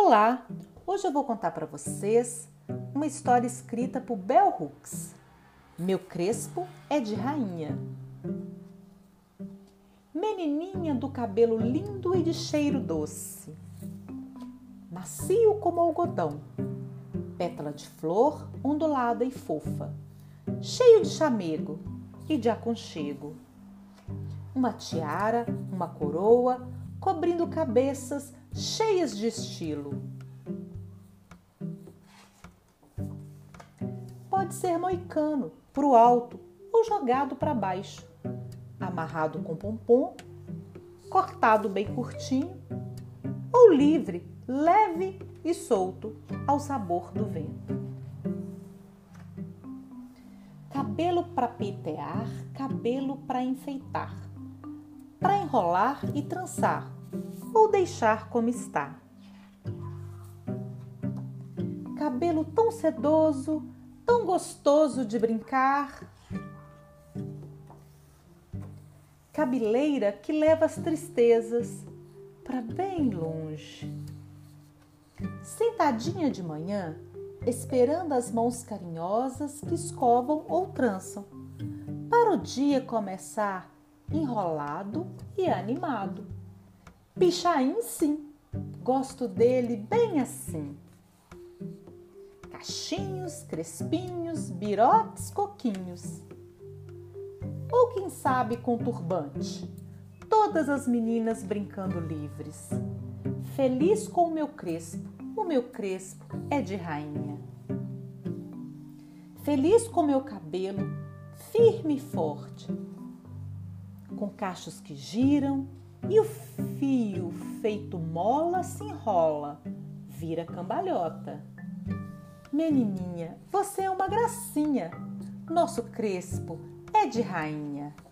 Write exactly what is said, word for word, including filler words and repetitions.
Olá! Hoje eu vou contar para vocês uma história escrita por Bell Hooks. Meu crespo é de rainha. Menininha do cabelo lindo e de cheiro doce, macio como algodão, pétala de flor ondulada e fofa, cheio de chamego e de aconchego. Uma tiara, uma coroa, cobrindo cabeças cheias de estilo. Pode ser moicano, pro alto ou jogado para baixo, amarrado com pompom, cortado bem curtinho, ou livre, leve e solto ao sabor do vento. Cabelo para peitear, cabelo para enfeitar, para enrolar e trançar, ou deixar como está. Cabelo tão sedoso, tão gostoso de brincar. Cabeleira que leva as tristezas para bem longe. Sentadinha de manhã, esperando as mãos carinhosas que escovam ou trançam, para o dia começar enrolado e animado. Pichain, sim, gosto dele bem assim. Cachinhos, crespinhos, birotes, coquinhos. Ou quem sabe com turbante, todas as meninas brincando livres. Feliz com o meu crespo, o meu crespo é de rainha. Feliz com meu cabelo, firme e forte, com cachos que giram e o fio feito mola se enrola, vira cambalhota. Menininha, você é uma gracinha, nosso crespo é de rainha.